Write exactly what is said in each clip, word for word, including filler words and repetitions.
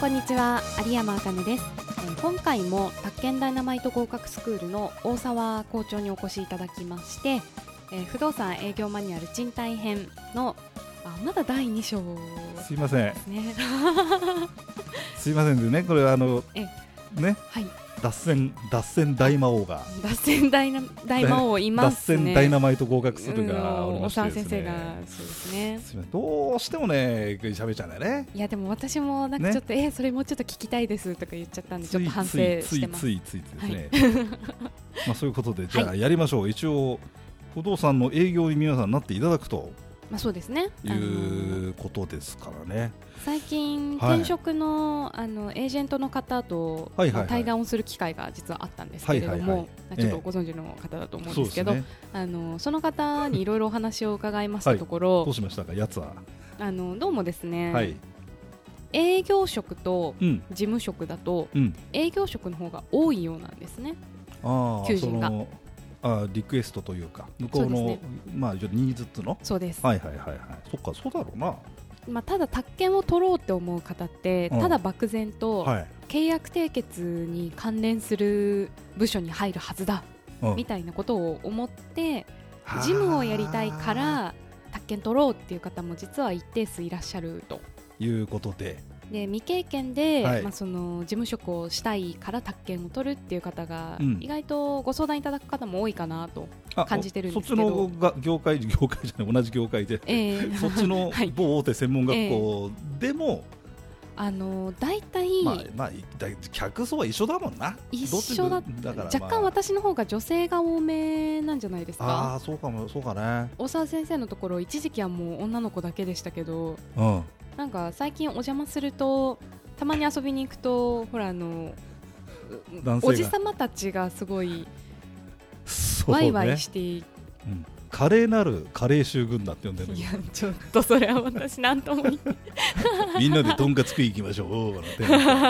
こんにちは、有山あかねです。えー今回も宅建ダイナマイト合格スクールの大沢校長にお越しいただきまして、えー不動産営業マニュアル賃貸編のあまだだいに章すいませんですねすいませんでね、これあのえね、 はい、 脱線脱線大魔王が脱線大な大魔王いますね。 脱線ダイナマイト合格するがおりま大してですね、 沢先生がそうですね。 すいません、どうしてもね喋っちゃうんだよね。 いやでも私もなんかちょっと、ね、えー、それもうちょっと聞きたいですとか言っちゃったんでちょっと反省してます。 ついついついついついですね、はいまあそういうことでじゃあやりましょう、はい、一応不動産の営業に皆さんなっていただくとまあ、そうですね、 いうことですからね。 最近、 はい、 転職 の, あのエージェントの方と、はいはいはい、対談をする機会が実はあったんですけれども、はいはいはい、ちょっとご存知の方だと思うんですけど、ええ そ, ね、あのその方にいろいろお話を伺いましたところ、はい、 どうしましたか、やつはあのどうもですね、 はい、 営業職と事務職だと、うん、営業職の方が多いようなんですね、 あ求人が。 あリクエストというか向こうのう、ね、まあ、ニーズっていうのそうです。 はいはいはいはい、そっかそうだろうな。 まあ、ただ宅建を取ろうって思う方って、うん、ただ漠然と、はい、契約締結に関連する部署に入るはずだ、うん、みたいなことを思って事務をやりたいから宅建取ろうっていう方も実は一定数いらっしゃるということで、 で未経験で、 はい、 まあ、その事務職をしたいから宅建を取るっていう方が、うん、意外とご相談いただく方も多いかなと感じてるんですけど、 そっちのが業界業界じゃない同じ業界で、えー、そっちの某大手専門学校でも、はいえー、 あの大体、 まあまあ、客層は一緒だもんな。 一緒だだから、まあ、若干私の方が女性が多めなんじゃないですか。 ああそうかもそうかね。 大沢先生のところ一時期はもう女の子だけでしたけど、うん、なんか最近お邪魔するとたまに遊びに行くとほらあのおじさまたちがすごいワイワイして、ねうん、華麗なるカレー臭軍団って呼んでる。 いやちょっとそれは私なんともみんなでとんかつ食い行きましょうなんて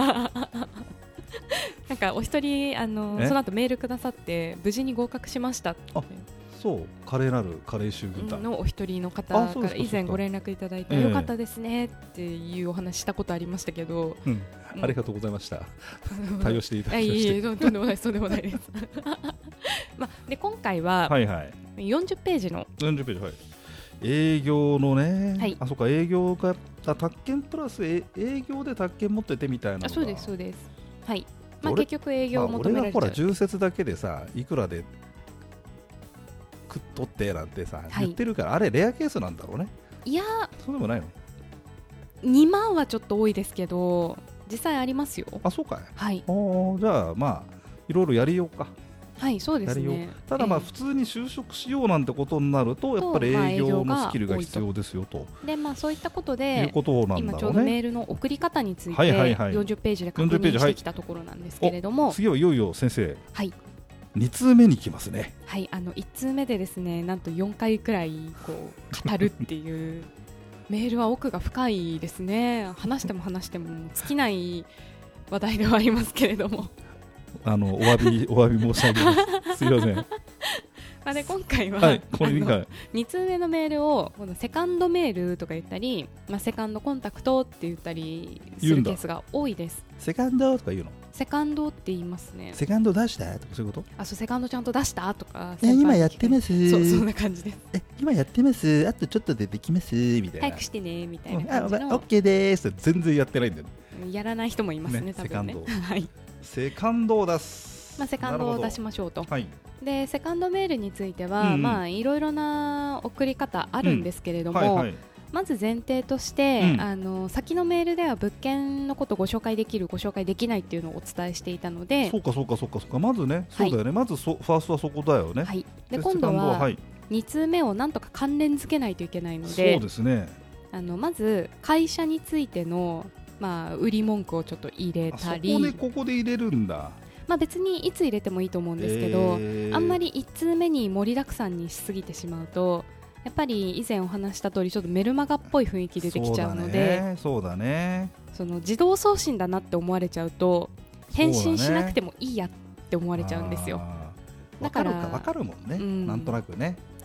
なんかお一人あのその後メールくださって無事に合格しましたって。 あそう華麗なるカレー臭軍団のお一人の方から以前ご連絡いただいて、えー、よかったですねっていうお話したことありましたけど、 うんうん、ありがとうございました対応していただきまして。 いえいえとんでもないとんでもないですまあ、で今回はよんじゅっページの、 はいはい、よんじゅっページ、はい、営業のね、はい、あそうか営業が宅建プラス営業で宅建持っててみたいなのが。 あそうですそうです、はいまあ、結局営業を求められちゃう、 まあ、俺がほら重説だけでさいくらで食っとってなんてさ、はい、言ってるからあれレアケースなんだろうね。 いやそうでもないの。 にまんはちょっと多いですけど実際ありますよ。 あそうかい、 はい、 おじゃあまあいろいろやりようか。 はいそうですね。 ただまあ普通に就職しようなんてことになると、えー、やっぱり営業のスキルが必要ですよと。 でまあそういったことでいうことなんだろうね。 今ちょうどメールの送り方についてよんじゅっページで確認してきたところなんですけれども、 次はいよいよ先生、 はい、 に通目に来ますね。 はい、あのいち通目でですねなんとよんかいくらいこう語るっていうメールは奥が深いですね。話しても話しても尽きない話題ではありますけれどもあのお詫びお詫び申し上げますすいませんまあで今回は、 はい、これに通目のメールをこのセカンドメールとか言ったり、まあ、セカンドコンタクトって言ったりするケースが多いです。 セカンドとか言うの。 セカンドって言いますね。 セカンド出したとかそういうこと。 あそうセカンドちゃんと出したとか。 え今やってます。 そうそんな感じです。 え今やってます。あとちょっとでできますみたいな。 早くしてねみたいな感じの。 うん、あオッケーですって全然やってないんだよ。 やらない人もいますね、 ね多分ね。 セカンドはい。 セカンドを出す。 まあ、セカンドを出しましょうと、 はい、 でセカンドメールについては、うんうん、まあいろいろな送り方あるんですけれども、うんはいはい、まず前提として、うん、あの先のメールでは物件のことをご紹介できるご紹介できないっていうのをお伝えしていたので、 そうかそうかそうかそうかまずね、そうだよね、まずそファーストはそこだよね、 はい、で今度はに通目をなんとか関連付けないといけないので、 そうですね、 あのまず会社についての、まあ、売り文句をちょっと入れたり、 そこでここで入れるんだ。 まあ、別にいつ入れてもいいと思うんですけど、えー、あんまりいち通目に盛りだくさんにしすぎてしまうとやっぱり以前お話した通りちょっとメルマガっぽい雰囲気出てきちゃうので、 そうだね、 その自動送信だなって思われちゃうと返信しなくてもいいやって思われちゃうんですよ。 だから分かるもんね、うん、なんとなくね。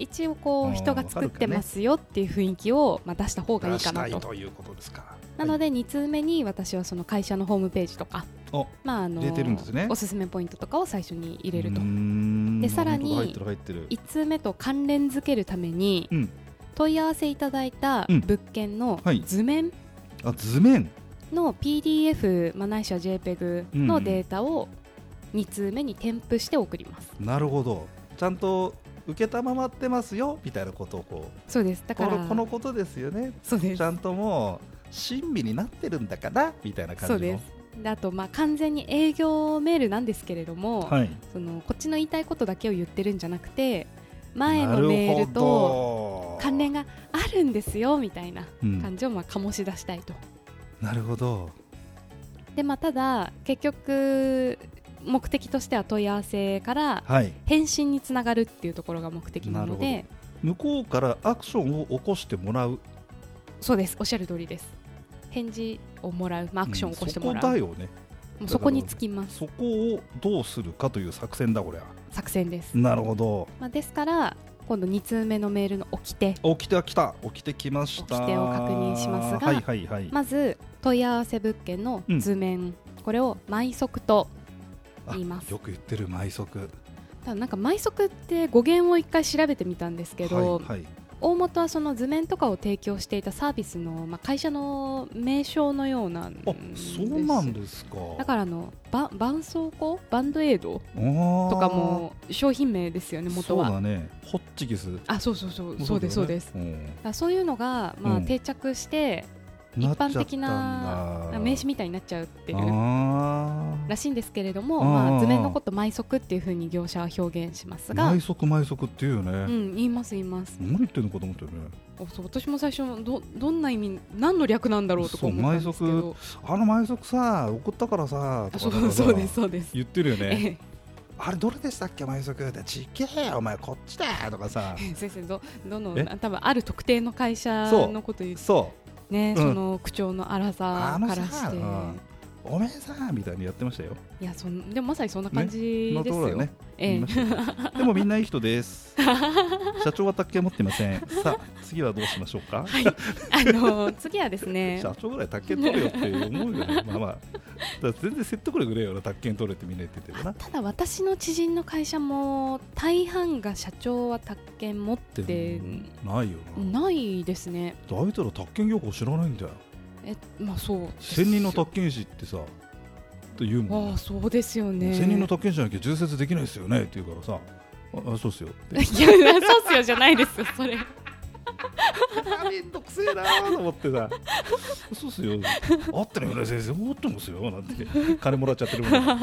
一応こう人が作ってますよっていう雰囲気をまあ出した方がいいかなと。 出したいということですか。 なのでに通目に私はその会社のホームページとか、まああの入れてるんですね。 おすすめポイントとかを最初に入れると。でさらにいち通目と関連付けるために、うん、問い合わせいただいた物件の図面、うんはい、 あ図面の ピーディーエフ、まあ、ないしは ジェイペグ のデータをに通目に添付して送ります、 うん、なるほど。ちゃんと受けたままってますよみたいなことをこうそうですだからこの、このことですよね。そうです。ちゃんともう親身になってるんだからみたいな感じの。 そうです。であとまあ完全に営業メールなんですけれども、はい、そのこっちの言いたいことだけを言ってるんじゃなくて前のメールと関連があるんですよみたいな感じをまあ醸し出したいと、 うん、なるほど。 で、まあ、ただ結局目的としては問い合わせから返信につながるっていうところが目的なので、はい、 向こうからアクションを起こしてもらう。 そうです。おっしゃる通りです。返事をもらう、まあ、アクションを起こしてもらう、うん、 そこだよね。 もうそこにつきます。 そこをどうするかという作戦だこれは。 作戦です。 なるほど、 まあ、ですから今度に通目のメールの起きて起きては来た起きてきました。 起きてを確認しますが、 はいはいはい、 まず問い合わせ物件の図面、うん、これを毎速と言います。 よく言ってる毎速。 ただなんか毎速って語源を一回調べてみたんですけど、はいはい、大元はその図面とかを提供していたサービスの、まあ、会社の名称のようなんです。 あ、そうなんですか。 だからあのば絆創膏バンドエイドとかも商品名ですよね元は。 そうだね。ホッチキス。 あ、そうそうそうそうですそうです。うん、だそういうのが、まあうん、定着して一般的な名詞みたいになっちゃうっていうらしいんですけれども、まあ、図面のこと毎速っていう風に業者は表現しますが、 毎速毎速っていうよね、 うん、言います言います。 何言ってるのかと思ったよね。 そう、私も最初 ど, どんな意味何の略なんだろうとか思ったんですけど、 あの毎速さ送ったからさとかそう、そうですそうです言ってるよね。あれどれでしたっけ毎速ってちげえよお前こっちだよとかさ先生 ど, どの多分ある特定の会社のこと言ってそうね、うん、その口調の荒さからして、うん、 おめえさみたいにやってましたよ。 いやそんでもまさにそんな感じですよ、ねええ、でもみんないい人です社長は宅建持ってません。さあ次はどうしましょうか、 はい、あの次はですね社長ぐらい宅建取れよって思うよねまあまあだ全然説得力ねえよな宅建取れってみんな言っててるな。 ただ私の知人の会社も大半が社長は宅建持ってないよな。ないですね。 あいつら宅建業法知らないんだよ。 え、まあそう専任の宅建士ってさと言うもん、ね、 ああそうですよね。 専任の宅建士じゃなきゃ重設できないですよねって言うからさ、ああそうっすよいやそうっすよじゃないですよそれめんどくせえなと思ってさそうっすよあってのよね先生思ってますよなんて金もらっちゃってるもん業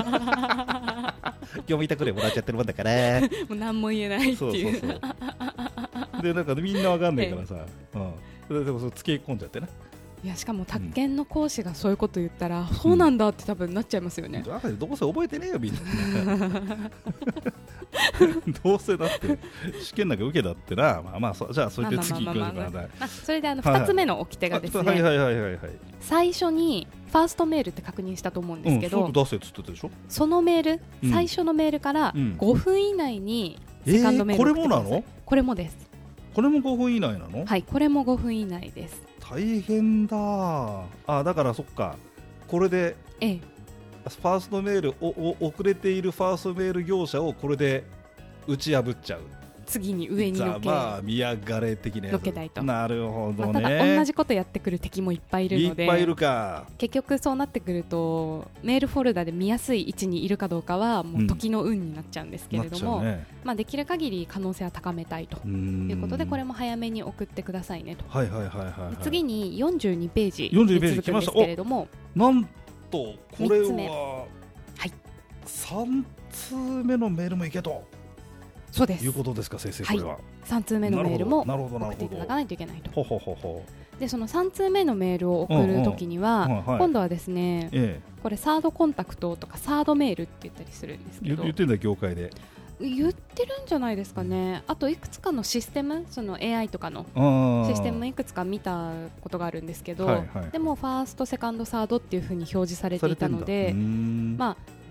務委託料もらっちゃってるもんだからもう何も言えないっていう。 そうそうそうでなんかみんなわかんないからさ、うん、でもそうつけ込んじゃってね。 いやしかも宅建の講師がそういうこと言ったら、うん、そうなんだって多分なっちゃいますよね、 うん、だからどうせ覚えてねえよみんなどうせだって試験なんか受けたってな、まあまあじゃあそれで次行くのかな。 それであのふたつめの掟がですね、 はいはいはいはいはい、 最初にファーストメールって確認したと思うんですけど、 うん、出せっつってたでしょ。 そのメール、うん、最初のメールからごふん以内にセカンドメールを送ってください、えー、これもなの？これもです。 これもごふん以内なの？ はい、これもごふん以内です。 大変だ。あ、だからそっかこれで、 ええ、 ファーストメールおお遅れているファーストメール業者をこれで打ち破っちゃう。 次に上にのけ、 まあ見やがれ的なやつのけたいと。 なるほどね、まあ、 ただ同じことやってくる敵もいっぱいいるので、 いっぱいいるか。 結局そうなってくるとメールフォルダで見やすい位置にいるかどうかはもう時の運になっちゃうんですけれども、うんね、まあ、できる限り可能性は高めたいということでこれも早めに送ってくださいねと。 はいはいはいはい、はい、 次によんじゅうにページに続くんですけれども、 なんとこれはさん通目のメールもいけとそうですいうことですか先生。これは、はい、 さん通目のメールも送っていただかないといけないと。 ほほほほでそのさん通目のメールを送るときには、うんうん、今度はですね、ええ、これサードコンタクトとかサードメールって言ったりするんですけど、 言ってんだ業界で言ってるんじゃないですかね。あといくつかのシステム、その エーアイ とかのシステムいくつか見たことがあるんですけど、はいはい、でもファーストセカンドサードっていう風に表示されていたので、まあ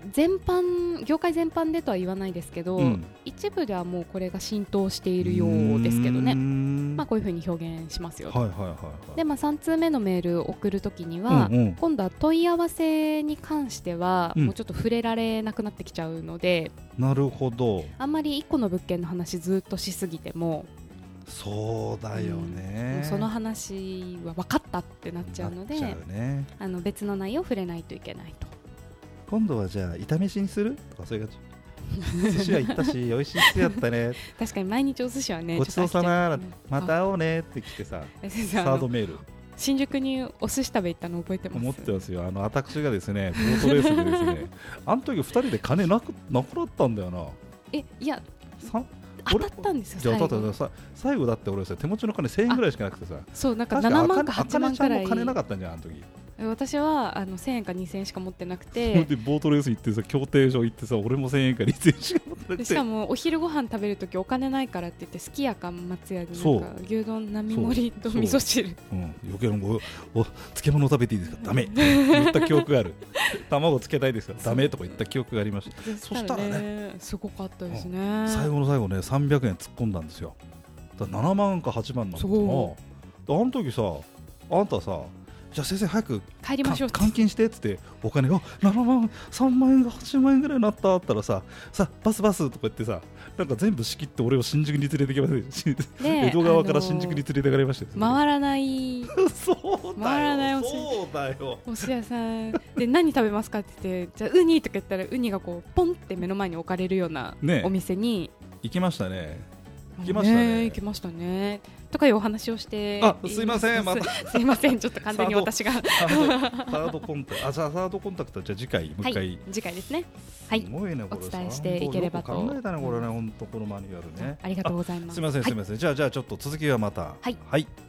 全般業界全般でとは言わないですけど、うん、一部ではもうこれが浸透しているようですけどね、まあ、こういうふうに表現しますよと、はいはいはいはい、で、まあ、さん通目のメールを送るときには、うんうん、今度は問い合わせに関してはもうちょっと触れられなくなってきちゃうので、 うん、なるほど。 あんまりいっこの物件の話ずっとしすぎてもそうだよね、 うん、その話は分かったってなっちゃうので、ね、あの別の内容を触れないといけないと。 今度はじゃあ炒めしにするとかそういう感じ寿司は行ったし美味しい寿司やったね確かに毎日お寿司はねごちそうさままた会おうねって来てさサードメール新宿にお寿司食べ行ったの覚えてます？ 思ってますよ。あの私がですねボートレースでですねあの時ふたりで金なくなくなったんだよな。 えいや当たったんですよ。 じゃあ当たったさ最後だって俺さ手持ちの金せんえんぐらいしかなくてさ、 そうなんかななまんかはちまんくらい。 金なかったんじゃんあの時。 私はあのせんえんかにせんえんしか持ってなくて、 でボートレース行ってさ競艇場行ってさ俺もせんえんかにせんえんしか持ってなくて、 しかもお昼ご飯食べるときお金ないからって言ってすき家か松屋でなんか牛丼並盛りと味噌汁、 うん、余計なおお漬物食べていいですかダメ言った記憶がある卵つけたいですかダメとか言った記憶がありました。そしたらねすごかったですね、 うん、最後の最後ねさんびゃくえん突っ込んだんですよ。だからななまんかはちまんなんだけど、あの時さあんたさじゃあ先生早く帰りましょう換金してっつってお金がななまんさんまんえんがはちまんえんぐらいになったったらささバスバスとか言ってさなんか全部仕切って俺を新宿に連れてきません江戸川から新宿に連れてかれましたよ。 回らないそうだよ回らないお寿そうだよお寿司屋さんで何食べますかって言ってじゃあウニとか言ったらウニがこうポンって目の前に置かれるようなお店に、ね、 行きましたね行きましたね行きましたねとかいうお話をしてあすいませんまたすいませんちょっと完全に私がサードコンタクトあじゃあサードコンタクトじゃあ次回もう一回、はい、 次回ですねはいすごいねこれお伝えしていければと考えたねこれね本当このマニュアルねありがとうございますすいませんすいません、はい、じゃあじゃあちょっと続きはまたはい、 はい